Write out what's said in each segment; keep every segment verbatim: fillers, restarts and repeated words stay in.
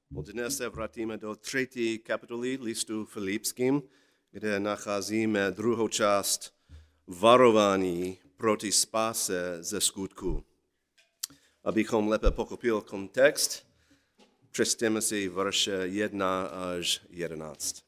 Dnes se vrátíme do třetí kapitoly listu Filipským, kde nacházíme druhou část varování proti spáse ze skutku. Abychom lépe pochopili kontext, přečteme si verše jedna až jedenáct.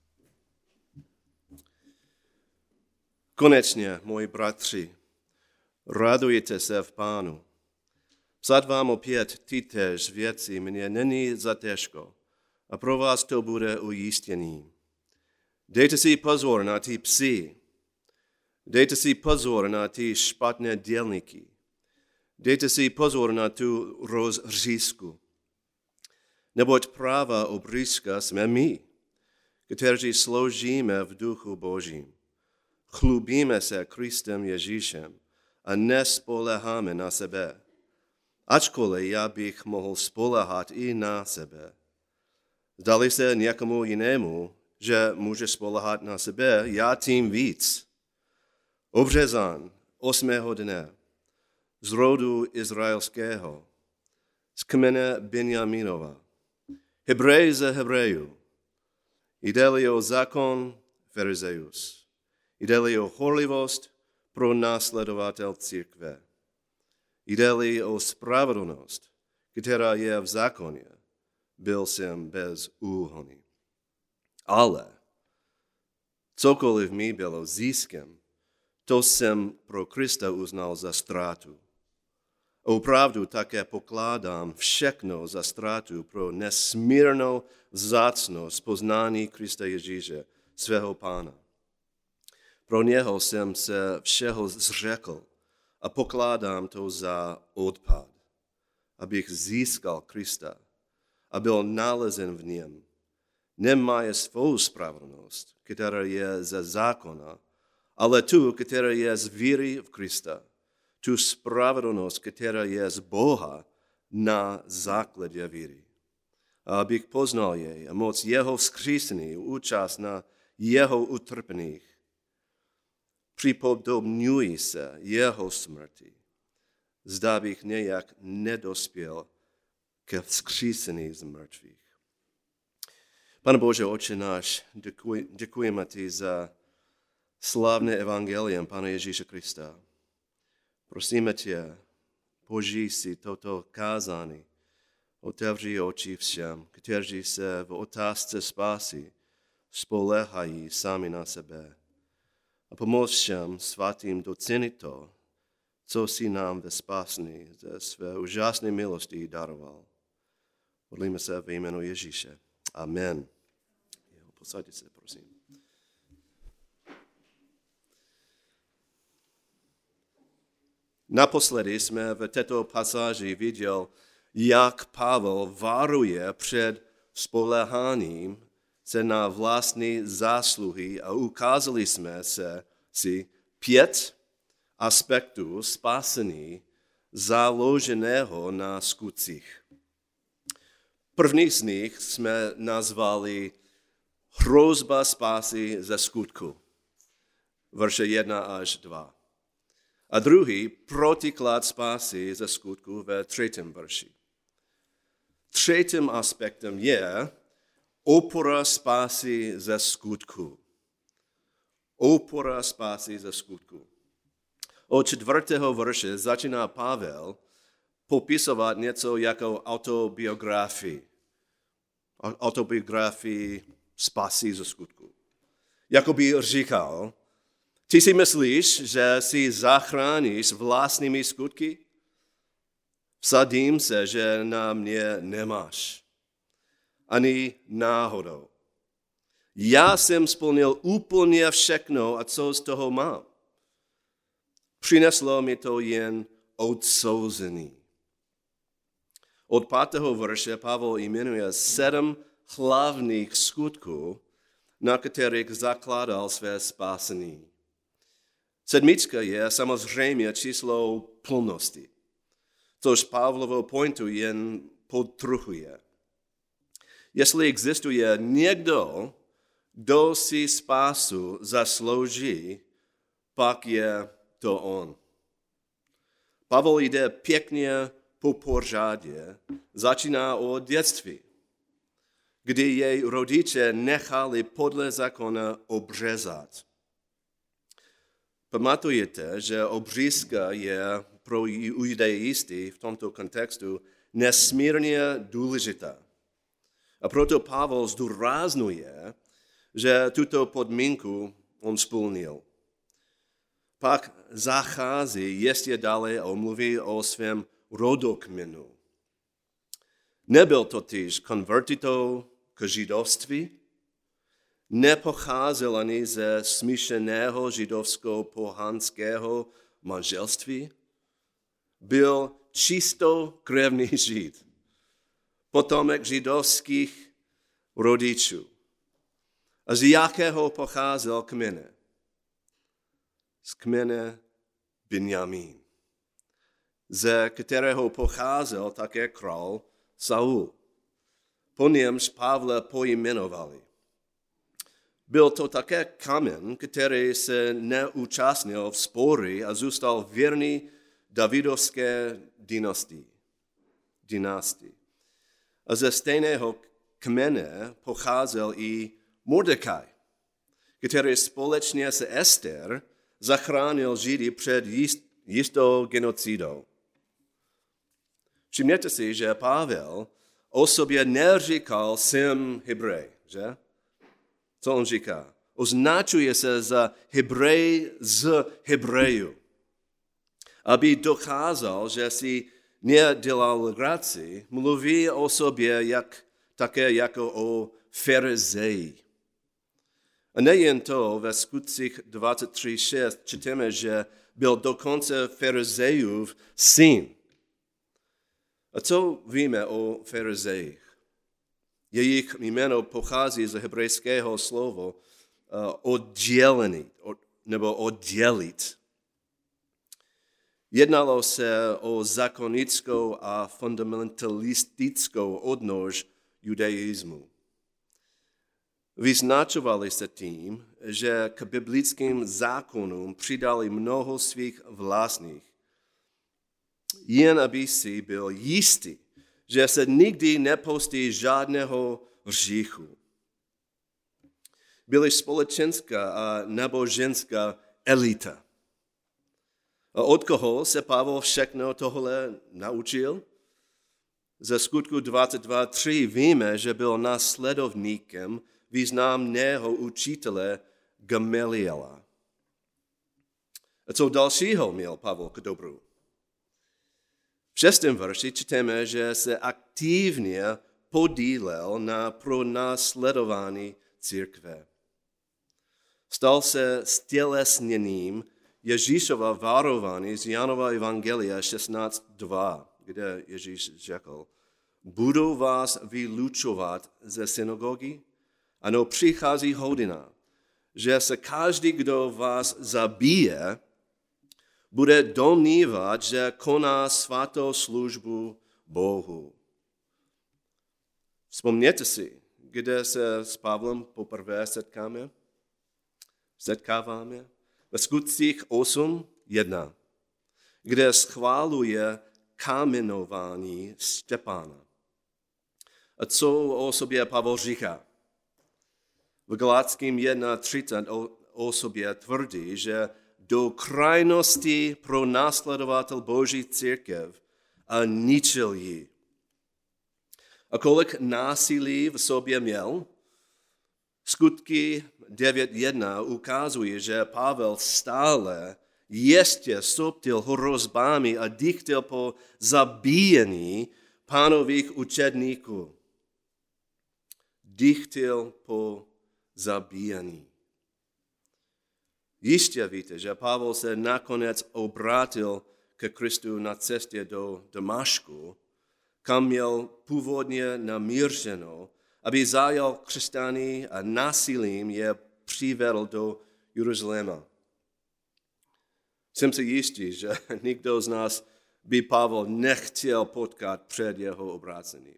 Konečně, moji bratři, radujte se v Pánu. Psát vám opět tytéž věci mě není za těžko a pro vás to bude ujistění. Dejte si pozor na ty psy. Dejte si pozor na ty špatné dělníky. Dejte si pozor na tu rozřízku. Neboť práva obřízka jsme my, kteří sloužíme v duchu Božím. Chlubíme se Kristem Ježíšem a nespoléháme na sebe. Ačkoliv já bych mohl spoléhat i na sebe. Zdali se někomu jinému, že může spoléhat na sebe, já tím víc. Obřezán osmého dne z rodu izraelského, z kmene Benjaminova, Hebrej ze Hebrejů, jde-li o zákon, farizeus, jde-li o horlivost, pro následovatel církve. Jde-li o spravedlnost, která je v zákoně, byl jsem bez úhony. Ale cokoliv mi bylo ziskem, to jsem pro Krista uznal za ztrátu. Opravdu také pokládám všechno za ztrátu pro nesmírnou vzácnost poznání Krista Ježíše, svého Pána. Pro něho jsem se všeho zřekl a pokládám to za odpad, abych získal Krista a byl nalezen v něm. Nemaje svou spravedlnost, která je ze zákona, ale tu, která je z víry v Krista. Tu spravedlnost, která je z Boha na základě víry. A abych poznal jej a moc jeho vzkřísení, účast na jeho utrpeních. Připodobňuji se jeho smrti. Zda bych nějak nedospěl ke vzkřísení z mrtvých. Pane Bože, Otče náš, děkuji, děkujeme ti za slavné evangelium Pana Ježíše Krista. Prosíme tě, požij si toto kázání, otevři oči všem, kteří se v otázce spásy spoléhají sami na sebe. A pomož všem svatým docenit to, co si nám ve spásní ze své úžasné milosti daroval. Modlíme se ve jménu Ježíše. Amen. Posaďte se, prosím. Naposledy jsme v této pasáži viděl, jak Pavel varuje před spoléháním se na vlastní zásluhy a ukázali jsme se si pět aspektů spásení založeného na skutcích. První z nich jsme nazvali hrozba spásy ze skutku, verše jedna až dva. A druhý protiklad spásy ze skutku ve třetím verši. Třetím aspektem je opora spásy ze skutku. Opora spásy ze skutku. Od čtvrtého verše začíná Pavel popisovat něco jako autobiografii. Autobiografii spásy ze skutku. Jakoby říkal, ty si myslíš, že si zachráníš vlastními skutky? Vsadím se, že na mě nemáš. Ani náhodou. Já jsem splnil úplně všechno a co z toho mám. Přineslo mi to jen odsouzení. Od pátého verše Pavel jmenuje sedm hlavních skutků, na kterých zakládal své spásení. Sedmička je samozřejmě číslo plnosti, což Pavlovo pointu jen podtrhuje. Jestli existuje někdo, kdo si spásu zaslouží, pak je to on. Pavel jde pěkně po pořádě, začíná od dětství. kdy jej rodiče nechali podle zákona obřezat. Pamatujete, že obřízka je pro judaisty v tomto kontextu nesmírně důležitá. A proto Pavel zdůrazňuje, že tuto podmínku on splnil. Pak zachází ještě dále a mluví o svém rodokmenu. Nebyl totiž konvertitou k židovství, nepocházel ani ze smíšeného židovsko-pohanského manželství, byl čistokrevný žid, potomek židovských rodičů. A z jakého pocházel kmene? Z kmene Benjamín, ze kterého pocházel také král Saul. Po němž Pavla pojmenovali. Byl to také kamen, který se neúčastnil v spory a zůstal věrný Davidovské dynastii. dynastii. A ze stejného kmene pocházel i Mordekaj, který společně se Ester zachránil Židy před jist, jistou genocidou. Všimněte si, že Pavel o sobě neříkal jsem Hebrej, že? Co on říká? Označuje se za Hebrej z Hebrejů. Aby dokázal, že si nedělal legraci, mluví o sobě jak, také jako o farizeji. A nejen to, ve Skutcích dvacet tři šest čteme, že byl dokonce farizejův syn. A co víme o farizejích? Jejich jméno pochází z hebrejského slova uh, oddělený, od, nebo oddělit. Jednalo se o zákonickou a fundamentalistickou odnož judaismu. Vyznačovali se tím, že k biblickým zákonům přidali mnoho svých vlastních, jen aby si byl jistý, že se nikdy nepustí žádného hříchu. Byli společenská a náboženská elita. A od koho se Pavel všechno tohle naučil? Ze Skutku dvacet dva tři víme, že byl následovníkem významného učitele Gamaliela. A co dalšího měl Pavel k dobru? V šestém verši čteme, že se aktivně podílel na pronásledování církve. Stal se stělesněním Ježíšova varování z Janova Evangelia šestnáct dva, kde Ježíš řekl, budou vás vylučovat ze synagogy? Ano, přichází hodina, že se každý, kdo vás zabije, bude domnívat, že koná svatou službu Bohu. Vzpomněte si, kde se s Pavlem poprvé setkáme? Setkáváme? Ve Skutcích osm jedna, kde schváluje kamenování Štěpána. A co o sobě Pavel říká? V Galackým jedna třicet o, o sobě tvrdí, že do krajnosti pro následovatel Boží církev a ničil ji. A kolik násilí v sobě měl? Skutky devět jedna ukazuje, že Pavel stále ještě soptil hrozbami a dychtil po zabíjení pánových učedníků. Dychtil po zabíjení. Jistě víte, že Pavel se nakonec obrátil ke Kristu na cestě do Damašku, kam měl původně namířeno, aby zajal křesťany a násilím je přivedl do Jeruzaléma. Jsem si jistý, že nikdo z nás by Pavel nechtěl potkat před jeho obrácením.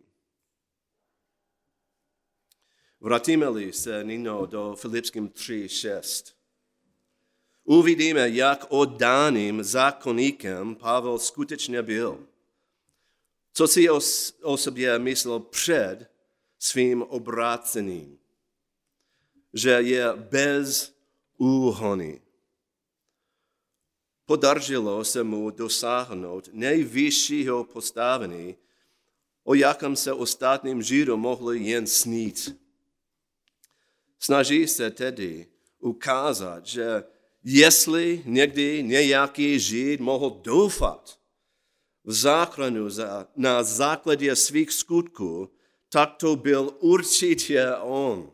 Vrátíme-li se nyní do Filipským tři šest. Uvidíme, jak oddaným zákonníkem Pavel skutečně byl. Co si o, o sobě myslel před svým obrácením, že je bezúhonný. Podařilo se mu dosáhnout nejvyššího postavení, o jakém se ostatním Židům mohli jen snít. Snaží se tedy ukázat, že jestli někdy nějaký Žid mohl doufat v záchranu na základě svých skutků, tak to byl určitě on.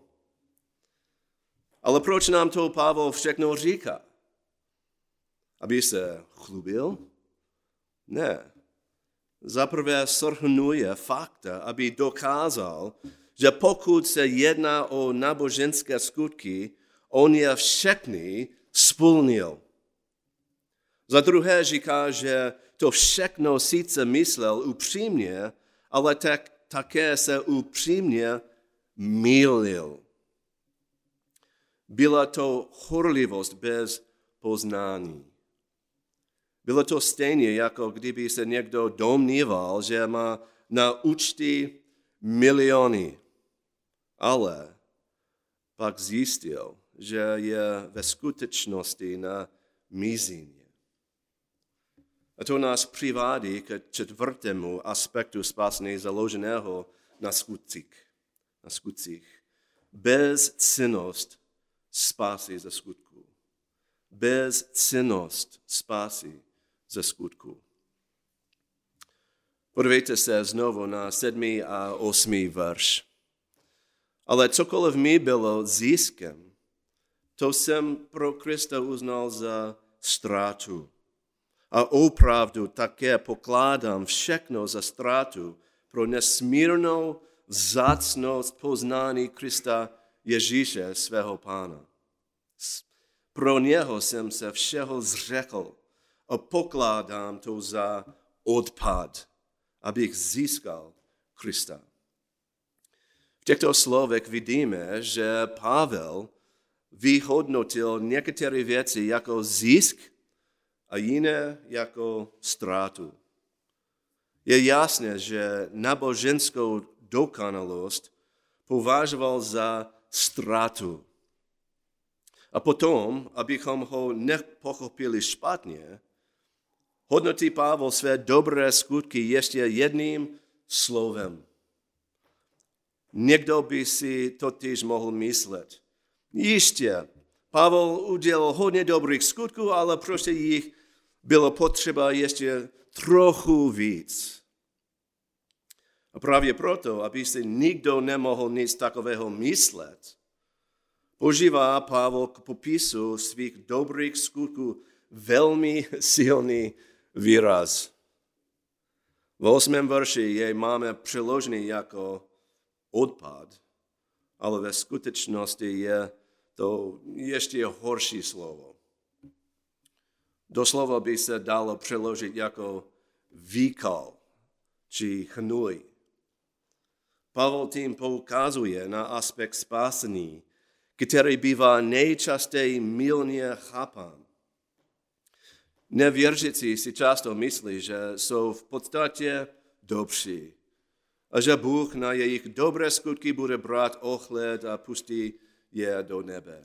Ale proč nám to Pavel všechno říká? Aby se chlubil? Ne. Zaprvé shrnuje fakta, aby dokázal, že pokud se jedná o náboženské skutky, on je všechny splnil. Za druhé říká, že to všechno sice myslel upřímně, ale tak, také se upřímně mýlil. Byla to horlivost bez poznání. Bylo to stejně, jako kdyby se někdo domníval, že má na účty miliony, ale pak zjistil, že je ve skutečnosti na mizině. A to nás přivádí k čtvrtému aspektu spásení založeného na skutcích. Na skutcích. Bezcennost spásy ze skutků. Bezcennost spásy ze skutků. Podívejte se znovu na sedmý a osmý verš. Ale cokoliv mi bylo ziskem, to jsem pro Krista uznal za ztrátu. A opravdu také pokládám všechno za ztrátu pro nesmírnou vzácnost poznání Krista Ježíše, svého Pána. Pro něho jsem se všeho zřekl a pokládám to za odpad, abych získal Krista. V těchto slovech vidíme, že Pavel vyhodnotil některé věci jako zisk a jiné jako ztrátu. Je jasné, že náboženskou dokonalost považoval za ztrátu. A potom, abychom ho nepochopili špatně, hodnotí Pavel své dobré skutky ještě jedním slovem. Někdo by si totiž mohl myslet. Jistě, Pavel udělal hodně dobrých skutků, ale prostě jich bylo potřeba ještě trochu víc. A právě proto, aby si nikdo nemohl nic takového myslet, používá Pavel k popisu svých dobrých skutků velmi silný výraz. V osmém verši jej máme přeložený jako odpad, ale ve skutečnosti je to ještě horší slovo. Doslova by se dalo přeložit jako výkal či hnůj. Pavel tím poukazuje na aspekt spásení, který bývá nejčastěji mylně chápán. Nevěřící si často myslí, že jsou v podstatě dobří a že Bůh na jejich dobré skutky bude brát ohled a pustí je do nebe.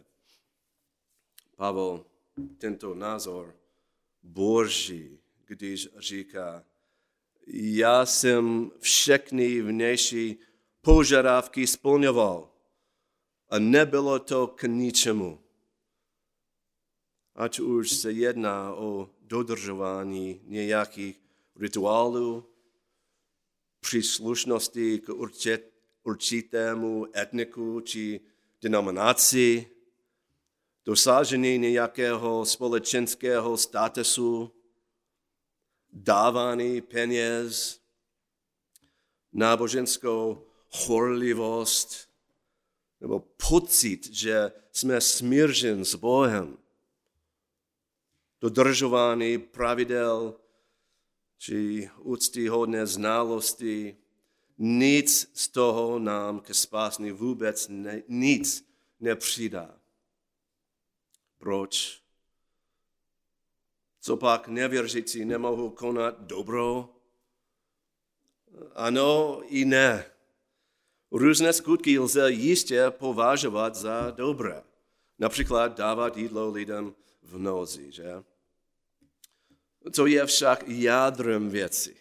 Pavel tento názor boží, když říká, já jsem všechny vnější požadavky splňoval a nebylo to k ničemu. Ať už se jedná o dodržování nějakých rituálů, příslušnosti k určitému etniku či denominaci, dosažení nějakého společenského statusu, dávání peněz, náboženskou horlivost nebo pocit, že jsme smířeni s Bohem, dodržování pravidel či úctyhodné znalosti, nic z toho nám ke spásení vůbec ne, nic nepřidá. Proč? Co pak nevěřící nemohou konat dobro? Ano i ne. Různé skutky lze jistě považovat za dobré. Například dávat jídlo lidem v nouzi, že? Co je však jádrem věci?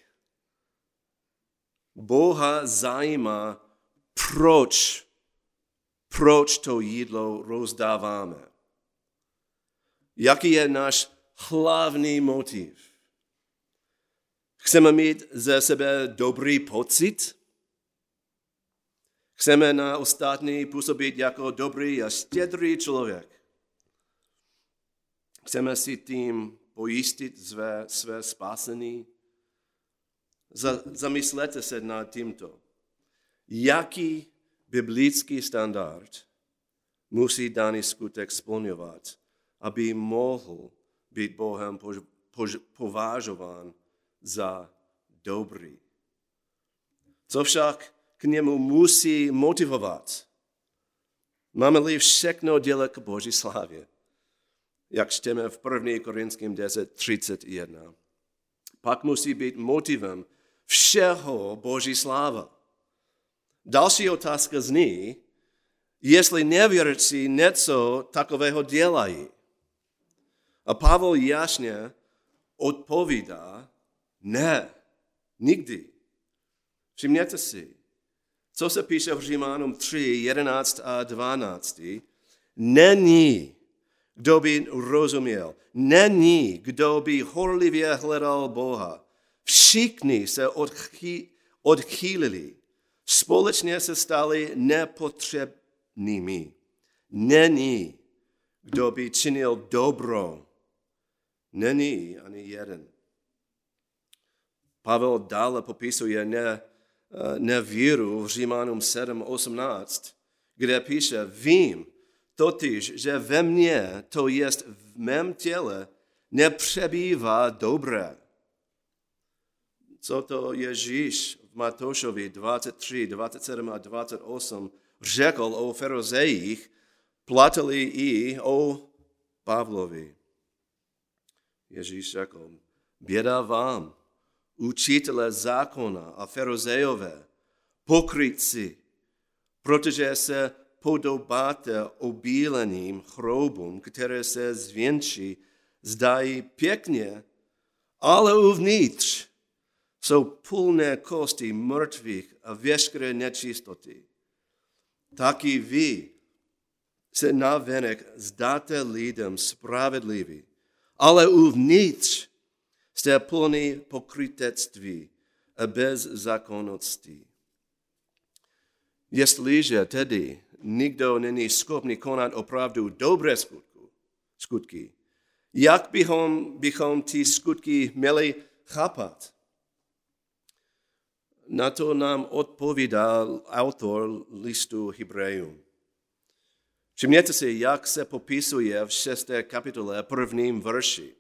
Boha zajímá, proč, proč to jídlo rozdáváme. Jaký je náš hlavní motiv? Chceme mít ze sebe dobrý pocit? Chceme na ostatní působit jako dobrý a štědrý člověk? Chceme si tím pojistit své, své spasení? Zamyslete se nad tímto. Jaký biblický standard musí daný skutek splňovat, aby mohl být Bohem považován za dobrý? Co však k němu musí motivovat? Máme-li všechno dělat k Boží slávě, jak čteme v první Korinským deset třicet jedna. Pak musí být motivem všeho Boží sláva. Další otázka zní, jestli nevěřící něco takového dělají. A Pavel jasně odpovídá, ne, nikdy. Všimněte si, co se píše v Římanům tři, jedenáct a dvanáct. Není, kdo by rozuměl, není, kdo by horlivě hledal Boha. Všichni se odchy, odchýlili, společně se stali nepotřebnými. Není, kdo by činil dobro. Není ani jeden. Pavel dále popisuje ne, nevíru v Římanům sedm osmnáct, kde píše, vím totiž, že ve mně, to jest v mém těle, nepřebývá dobré. Co to Ježíš v Matoušovi dvacet tři, dvacet sedm a dvacet osm řekl o farizejích, platili i o Pavlovi. Ježíš řekl, běda vám, učitelé zákona a farizejové, pokrytci, protože se podobáte obíleným chroubům, které se zvenčí zdají pěkně, ale uvnitř jsou plné kosti mrtvých a veškeré nečistoty. Taky vy se navenek zdáte lidem spravedliví, ale uvnitř jste plní pokrytectví a bezzákonností. Jestliže tedy nikdo není schopný konat opravdu dobré skutku, skutky, jak bychom, bychom ty skutky měli chápat? Na to nám odpovídá autor listu Hebrejům. Všimněte si, jak se popisuje v šesté kapitole prvním verši.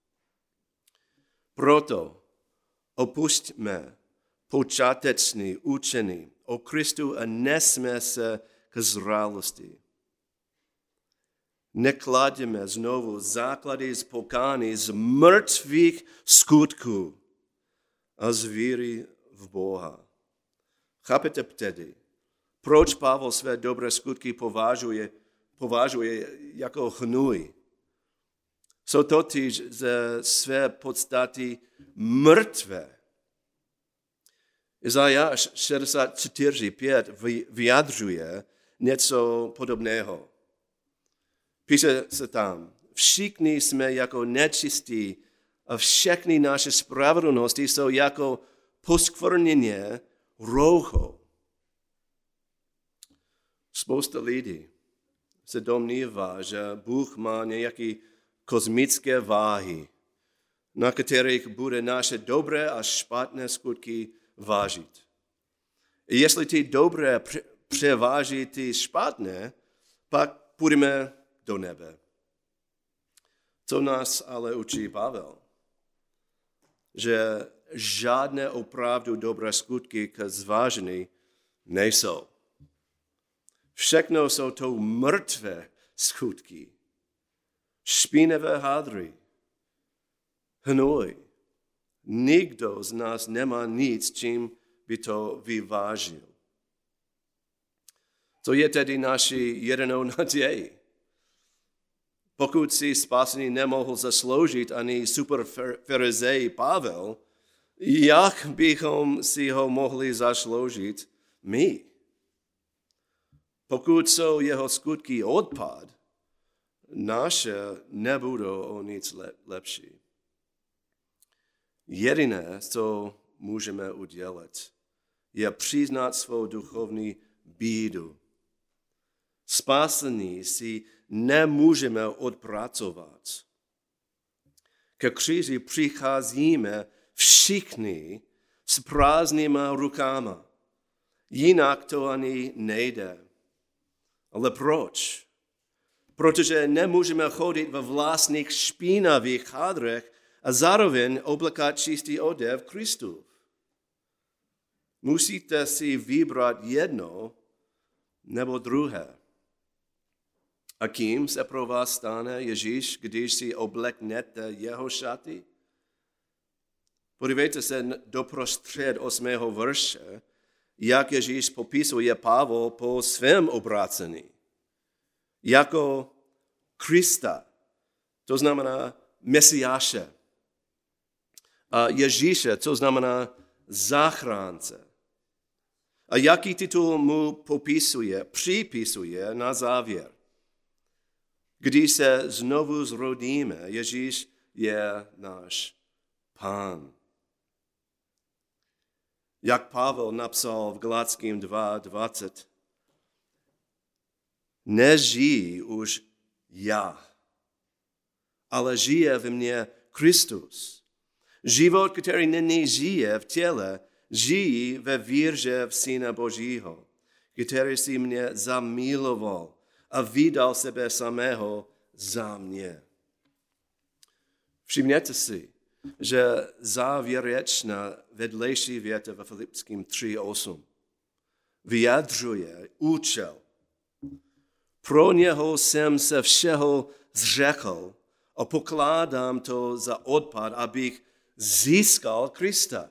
Proto opustíme počáteční učení o Kristu a nesme se k zralosti. Nekladíme znovu základy z pokání z mrtvých skutků a z víry v Boha. Chápete tedy, proč Pavel své dobré skutky považuje, považuje jako hnůj? Jsou totiž ze své podstaty mrtvé. Izajáš šedesát čtyři pět vyjadřuje něco podobného. Píše se tam, všichni jsme jako nečistí a všechny naše spravedlnosti jsou jako poskvrněně rouchou. Spousta lidí se domnívá, že Bůh má nějaké kosmické váhy, na kterých bude naše dobré a špatné skutky vážit. I jestli ty dobré převáží ty špatné, pak půjdeme do nebe. Co nás ale učí Pavel? Že žádné opravdu dobré skutky k zvážení nejsou. Všechno jsou to mrtvé skutky. Špinavé hádry. Hnoj. Nikdo z nás nemá nic, čím by to vyvážil. Co je tedy naší jedinou naději? Pokud si spasení nemohl zasloužit ani superfarizej Pavel, jak bychom si ho mohli zasloužit my? Pokud jsou jeho skutky odpad, naše nebudou o nic lepší. Jediné, co můžeme udělat, je přiznat svou duchovní bídu. Spasení si nemůžeme odpracovat. Ke kříži přicházíme všichni s prázdnýma rukama. Jinak to ani nejde. Ale proč? Protože nemůžeme chodit ve vlastních špinavých chádrech a zároveň oblekat čistý oděv Kristův. Musíte si vybrat jedno nebo druhé. A kým se pro vás stane Ježíš, když si obleknete jeho šaty? Podívejte se doprostřed osmého verše, jak Ježíš popisuje Pavel po svém obrácení. Jako Krista, to znamená Mesiáše. A Ježíše, to znamená záchránce. A jaký titul mu popisuje, připisuje na závěr? Když se znovu zrodíme, Ježíš je náš Pán. Jak Pavel napsal v Galackým dva dvacet. Nežijí už já, ale žije ve mně Kristus. Život, který nyní žije v těle, žijí ve víře v Syna Božího, který si mě zamiloval a vydal sebe samého za mě. Všimněte si, že závěrečná vedlejší věta ve Filipským tři osm vyjadřuje účel. Pro něho jsem se všeho zřekl a pokládám to za odpad, abych získal Krista.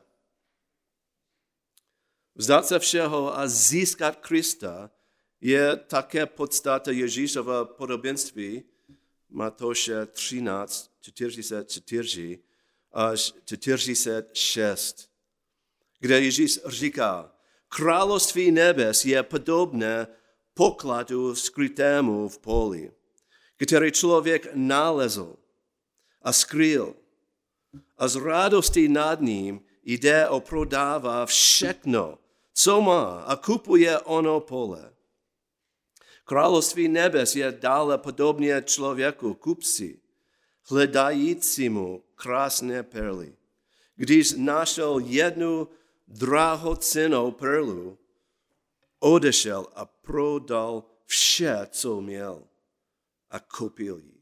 Vzdát se všeho a získat Krista je také podstata Ježíšova podobenství Matouše třináct čtyřicet čtyři až čtyřicet šest, kde Ježíš říká, království nebes je podobné pokladu skrytému v poli, který člověk nalezl a skryl. A z radosti nad ním jde a prodává všechno, co má, a kupuje ono pole. Království nebes je dále podobně člověku, kupci, hledajícímu krásné perly. Když našel jednu drahocennou perlu, odešel a prodal vše, co měl, a koupil ji.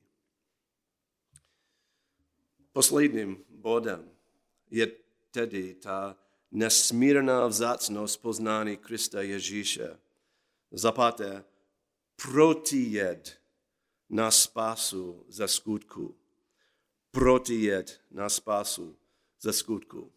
Posledním bodem je tedy ta nesmírná vzácnost poznání Krista Ježíše. Za páté, protijed na spásu ze skutku. Protijed na spásu ze skutku.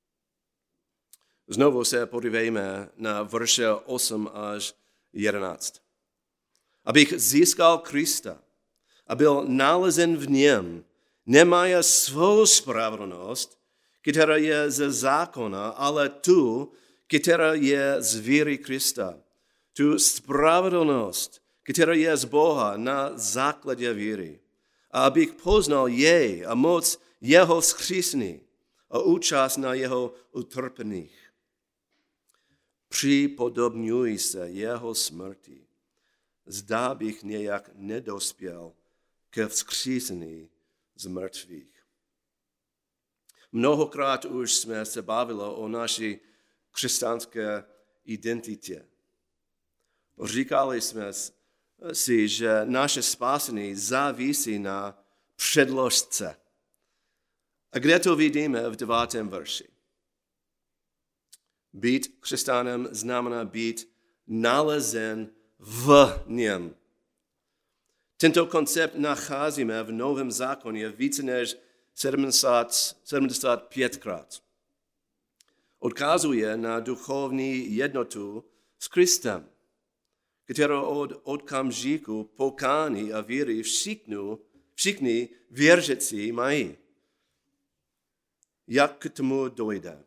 Znovu se podívejme na verše osm až jedenáct. Abych získal Krista a byl nalezen v něm, nemaje svou spravedlnost, která je ze zákona, ale tu, která je z víry Krista. Tu spravedlnost, která je z Boha na základě víry. A abych poznal jej a moc jeho vzkřísení a účast na jeho utrpeních. Připodobňuji se jeho smrti. Zdá bych nějak nedospěl ke vzkřísení z mrtvých. Mnohokrát už jsme se bavili o naší křesťanské identitě. Říkali jsme si, že naše spasení závisí na předložce. A kde to vidíme v devátém verši? Být křesťanem znamená být nalezen v něm. Tento koncept nacházíme v Novém zákoně více než sedmdesát pět krát. Odkazuje na duchovní jednotu s Kristem. kterou od okamžiku pokání a víry všichni, všichni věřící mají. Jak k tomu dojde?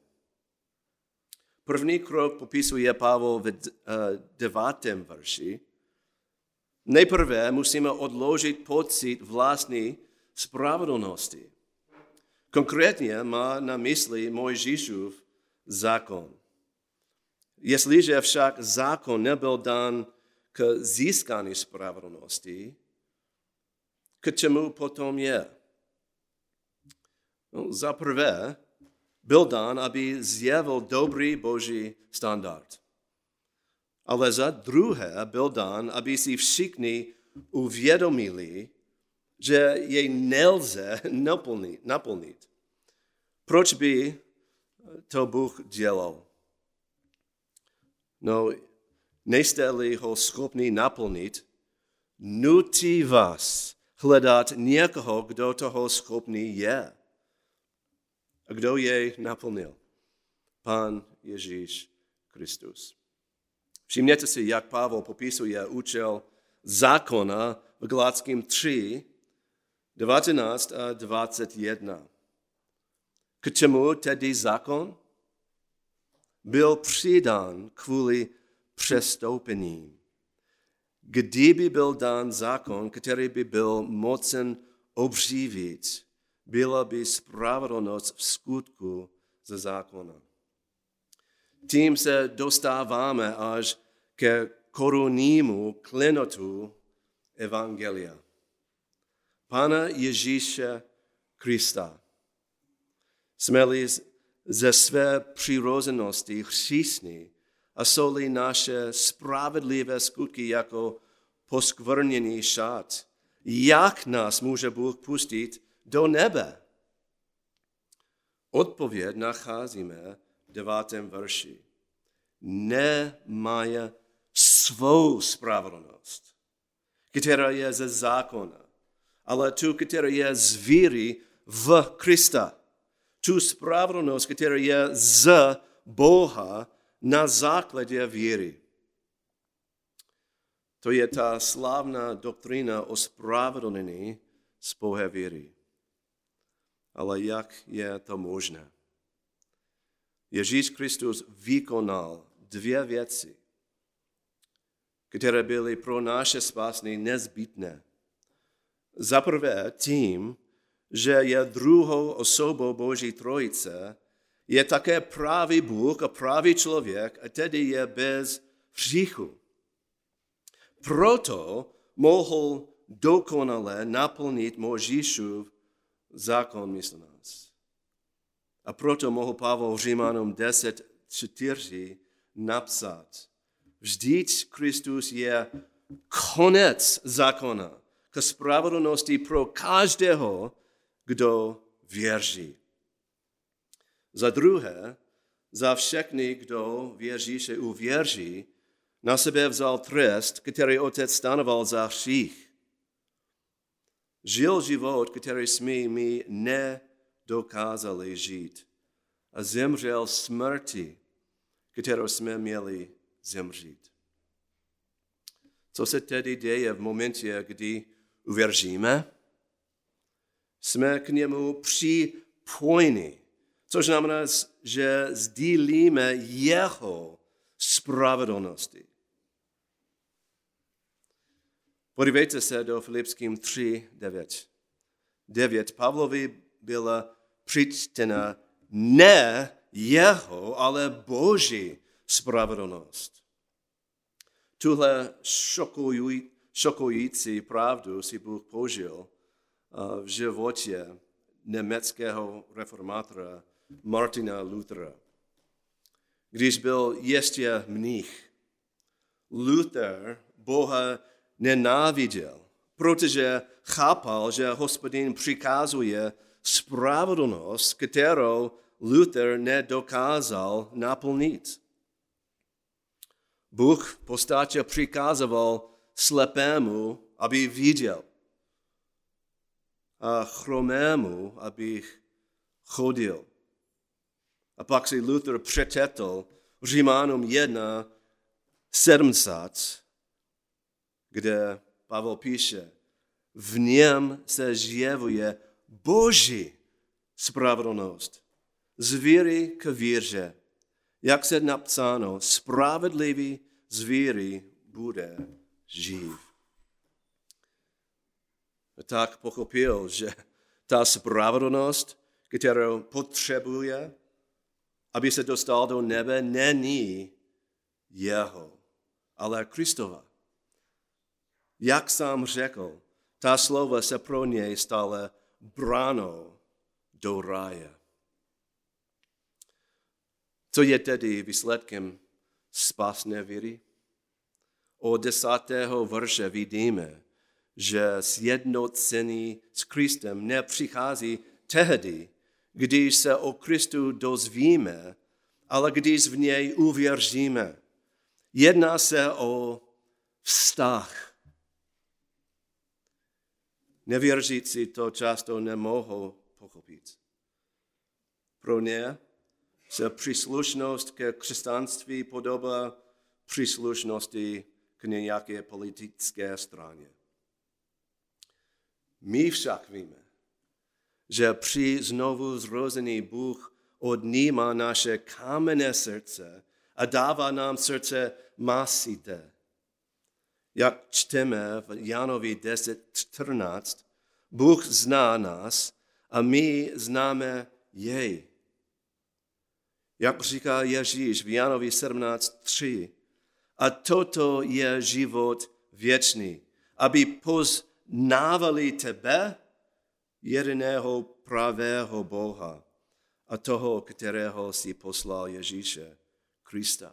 První krok popisuje Pavel v devátém verši. Nejprve musíme odložit pocit vlastní spravedlnosti. Konkrétně má na mysli Mojžíšův zákon. Jestliže však zákon nebyl dán k získání spravedlnosti, k čemu potom je? No, za prvé byl dán, aby zjevil dobrý boží standard. Ale za druhé byl dán, aby si všichni uvědomili, že jej nelze naplnit. naplnit. Proč by to Bůh dělal? No, nejste-li ho schopni naplnit, nutí vás hledat někoho, kdo toho schopný je. A kdo jej naplnil? Pán Ježíš Kristus. Všimněte si, jak Pavel popisuje účel zákona v Galackým tři, devatenáct a dvacet jedna. K čemu tedy zákon? Byl přidán kvůli přestoupením. Kdyby byl dán zákon, který by byl mocen obživit, byla by spravedlnost v skutku ze zákona. Tím se dostáváme až ke korunnímu klenotu evangelia. Pána Ježíše Krista. Jsme-li ze své přirozenosti hříšní a jsou-li naše spravedlivé skutky jako poskvrněný šat, jak nás může Bůh pustit do nebe? Odpověď nacházíme v devátém verši. Nemají svou spravedlnost, která je ze zákona, ale tu, která je z víry v Krista. Tu spravedlnost, která je z Boha na základě víry. To je ta slavná doktrína o spravedlnění z pouhé víry. Ale jak je to možné? Ježíš Kristus vykonal dvě věci, které byly pro naše spásení nezbytné. Za prvé tím, že je druhou osobou Boží trojice, je také pravý Bůh a pravý člověk a tedy je bez hříchu. Proto mohl dokonale naplnit Mojžíšův zákon místo nás. A proto mohl Pavel v Římanům deset čtyři napsat. Vždyť Kristus je konec zákona k spravedlnosti pro každého, kdo věří. Za druhé, za všechny, kdo v Ježíše uvěří, na sebe vzal trest, který Otec stanoval za hřích. Žil život, který jsme my nedokázali žít. A zemřel smrti, kterou jsme měli zemřít. Co se tedy děje v momentě, kdy uvěříme? Jsme k němu připojeni, což znamená, že sdílíme jeho spravedlnosti. Podívejte se do Filipským tři devět. devět. Pavlovi byla přičtena ne jeho, ale Boží spravedlnost. Tuhle šokují, šokující pravdu si Bůh použil v životě německého reformátora Martina Luthera. Když byl ještě mnich, Luther Boha nenáviděl, protože chápal, že Hospodin přikazuje spravedlnost, kterou Luther nedokázal naplnit. Bůh v podstatě přikazoval slepému, aby viděl, a chromému, aby chodil. A pak si Luther přečetl Římanům jedna sedmdesát kde Pavel píše, v něm se zjevuje Boží spravedlnost z víry k víře. Jak se napsáno, spravedlivý z víry bude živ. Tak pochopil, že ta spravedlnost, kterou potřebuje, aby se dostal do nebe, není jeho, ale Kristova. Jak sám řekl, ta slova se pro něj stala branou do ráje. Co je tedy výsledkem spásné víry? Od desátého verše vidíme, že sjednocení s Kristem nepřichází tehdy, když se o Kristu dozvíme, ale když v něj uvěříme. Jedná se o vztah. Nevěřící to často nemohou pochopit. Pro ně se příslušnost ke křesťanství podobá příslušnosti k nějaké politické straně. My však víme, že při znovu zrození Bůh odnímá naše kamenné srdce a dává nám srdce masité. Jak čteme v Janovi deset čtrnáct, Bůh zná nás a my známe jej. Jak říká Ježíš v Janovi sedmnáct tři, a toto je život věčný, aby poznávali tebe, jediného pravého Boha a toho, kterého si poslal Ježíše Krista.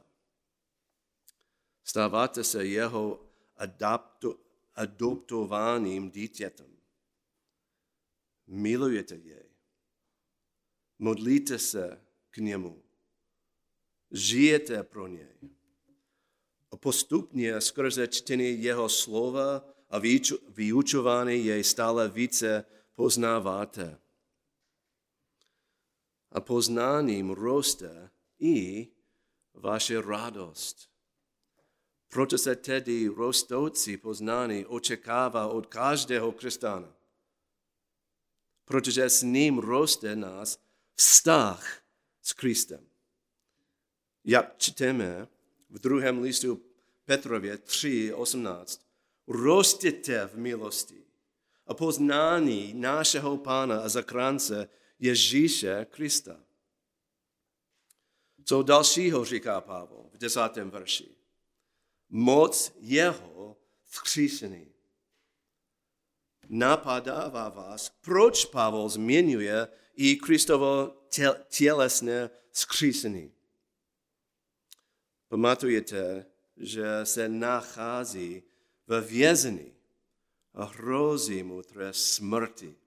Stáváte se jeho adapto, adoptovaným dítětem. Milujete jej. Modlíte se k němu. Žijete pro něj. A postupně skrze čtení jeho slova a vyučování jej stále více poznáváte. A poznáním roste i vaše radost. Proto se tedy rostoucí poznání očekává od každého křesťana. Protože s ním roste nás vztah s Kristem. Jak čteme v druhém listu Petrově tři osmnáct, rostěte v milosti a poznání našeho Pána a zachránce Ježíše Krista. Co dalšího říká Pavel v desátém verši? Moc jeho vzkříšení. Napadává vás, proč Pavel zmiňuje i Kristovo tělesné vzkříšení. Pamatujete, že se nachází ve vězení a hrozí mu trest smrti.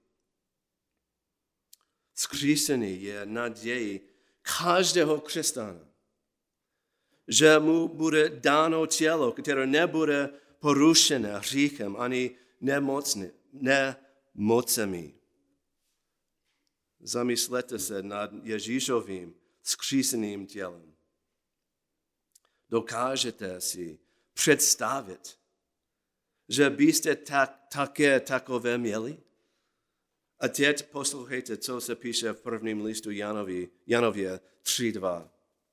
Vzkříšení je naději každého křesťana, že mu bude dáno tělo, které nebude porušené hříchem ani nemocný, nemocemi. Zamyslete se nad Ježíšovým vzkříšeným tělem. Dokážete si představit, že byste tak, také takové měli? A teď poslouchejte, co se píše v prvním listu Janovi, Janově tři dva.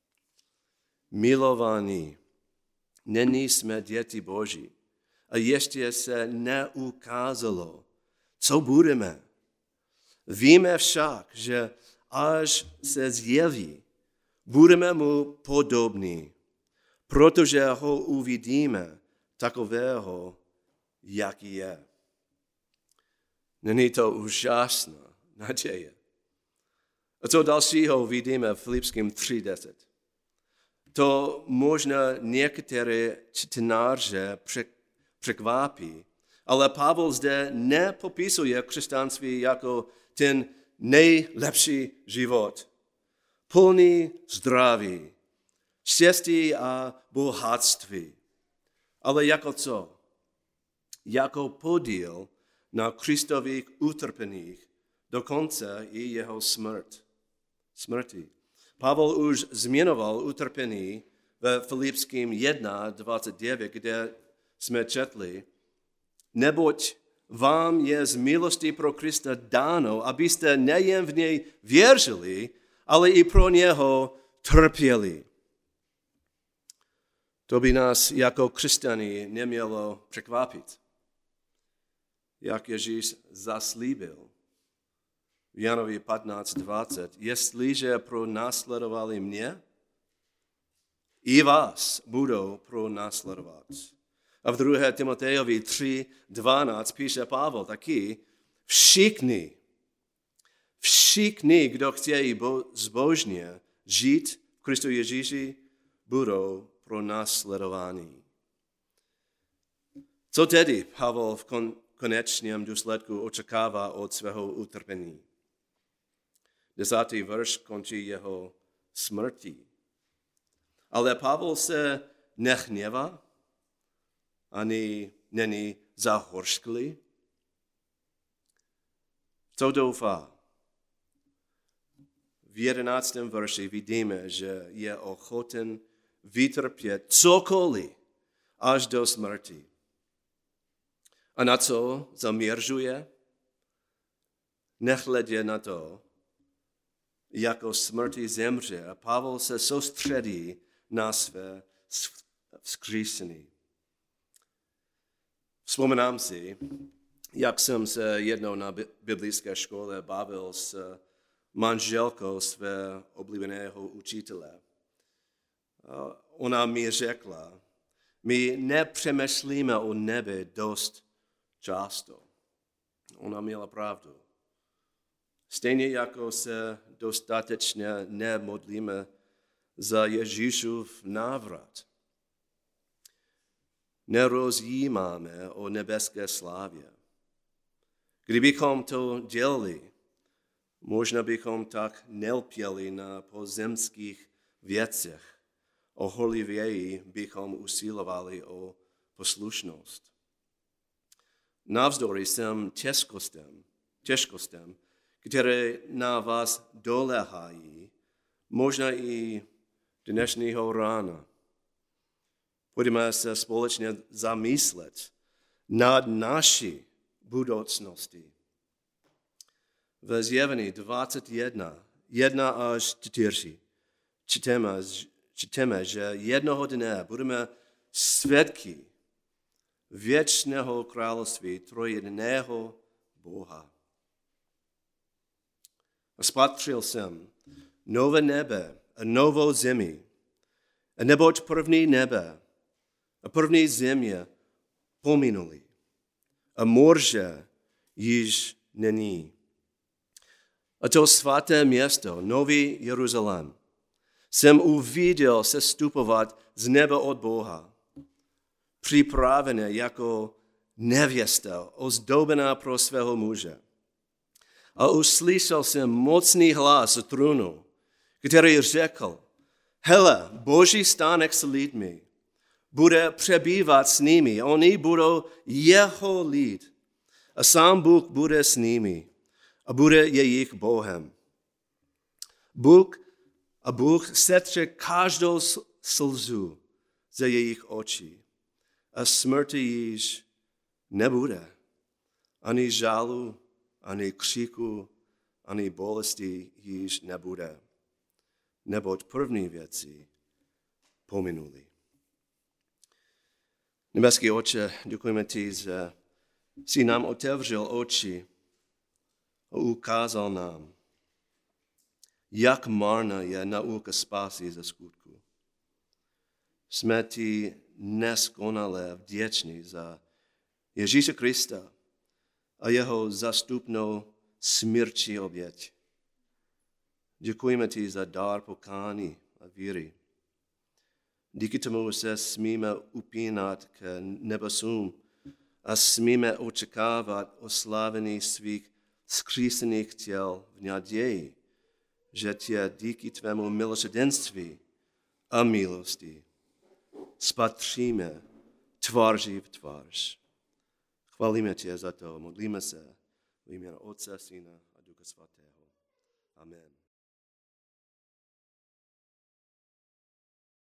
Milovaní, nyní jsme děti Boží a ještě se neukázalo, co budeme. Víme však, že až se zjeví, budeme mu podobní, protože ho uvidíme takového, jaký je. Není to úžasná naděje. A co dalšího vidíme v Filipským tři deset. To možná některé čtenáře překvapí, ale Pavel zde nepopisuje křesťanství jako ten nejlepší život, plný zdraví, štěstí a bohatství. Ale jako co? Jako podíl na Kristových utrpeních, dokonce i jeho smrt. smrti. Pavel už zmiňoval utrpení ve Filipským jedna dvacet devět, kde jsme četli, neboť vám je z milosti pro Krista dáno, abyste nejen v něj věřili, ale i pro něho trpěli. To by nás jako křesťany nemělo překvapit. Jak Ježíš zaslíbil v Janovi patnáct dvacet, jestliže pronásledovali mě, i vás budou pronásledovat. A v druhé Timotejovi tři dvanáct píše Pavel taky, všichni, všichni, kdo chtějí zbožně žít v Kristu Ježíši, budou pronásledováni. Co tedy Pavel v konečném důsledku očekává od svého utrpení? Desátý verš končí jeho smrtí. Ale Pavel se nehněvá, ani není zahořklý. Co doufá? V jedenáctém verši vidíme, že je ochoten vytrpět cokoliv až do smrti. A na co zaměřuje? Nehledě na to, jako smrti zemře. A Pavel se soustředí na své vzkříšení. Vzpomínám si, jak jsem se jednou na biblické škole bavil s manželkou své oblíbeného učitele. Ona mi řekla, my nepřemýšlíme o nebe dost často. Ona měla pravdu. Stejně jako se dostatečně nemodlíme za Ježíšův návrat. Nerozjímáme o nebeské slávě. Kdybychom to dělali, možná bychom tak nelpěli na pozemských věcech. Oholivěji bychom usilovali o poslušnost. Navzdory těm těžkostem, těžkostem, které na vás doléhají, možná i dnešního rána. Pojďme se společně zamyslet nad naší budoucností. Ve Zjevení dvacet jedna, jedna až čtyři, čteme, čteme, že jednoho dne budeme svědky věčného království trojjediného Boha. A spatřil jsem nové nebe a novou zemi, a neboť první nebe a první země pominuli, a moře již není. A to svaté město, Nový Jeruzalém, jsem uviděl sestupovat z nebe od Boha, připravené jako nevěsta, ozdobená pro svého muže. A uslyšel jsem mocný hlas z trůnu, který řekl, hele, Boží stánek s lidmi, bude přebývat s nimi, oni budou jeho lid a sám Bůh bude s nimi a bude jejich Bohem. Bůh a Bůh setře každou slzu ze jejich očí a smrti již nebude, ani žalu, ani křiku, ani bolesti již nebude, neboť první věci pominuli. Nebeský Otče, děkujeme ti, že jsi nám otevřel oči a ukázal nám, jak marná je nauka spásy ze skutku. Jsme ti neskonale vděční za Ježíše Krista a jeho zastupnou smírčí oběť. Děkujeme ti za dar pokání a víry. Díky tomu se smíme upínat k nebesům a smíme očekávat oslávení svých zkřísených těl v naději, že tě díky tvému milosrdenství a milosti spatříme tváří v tvář. Chválíme tě za to, modlíme se v jménu Otce, Syna a Ducha Svatého. Amen.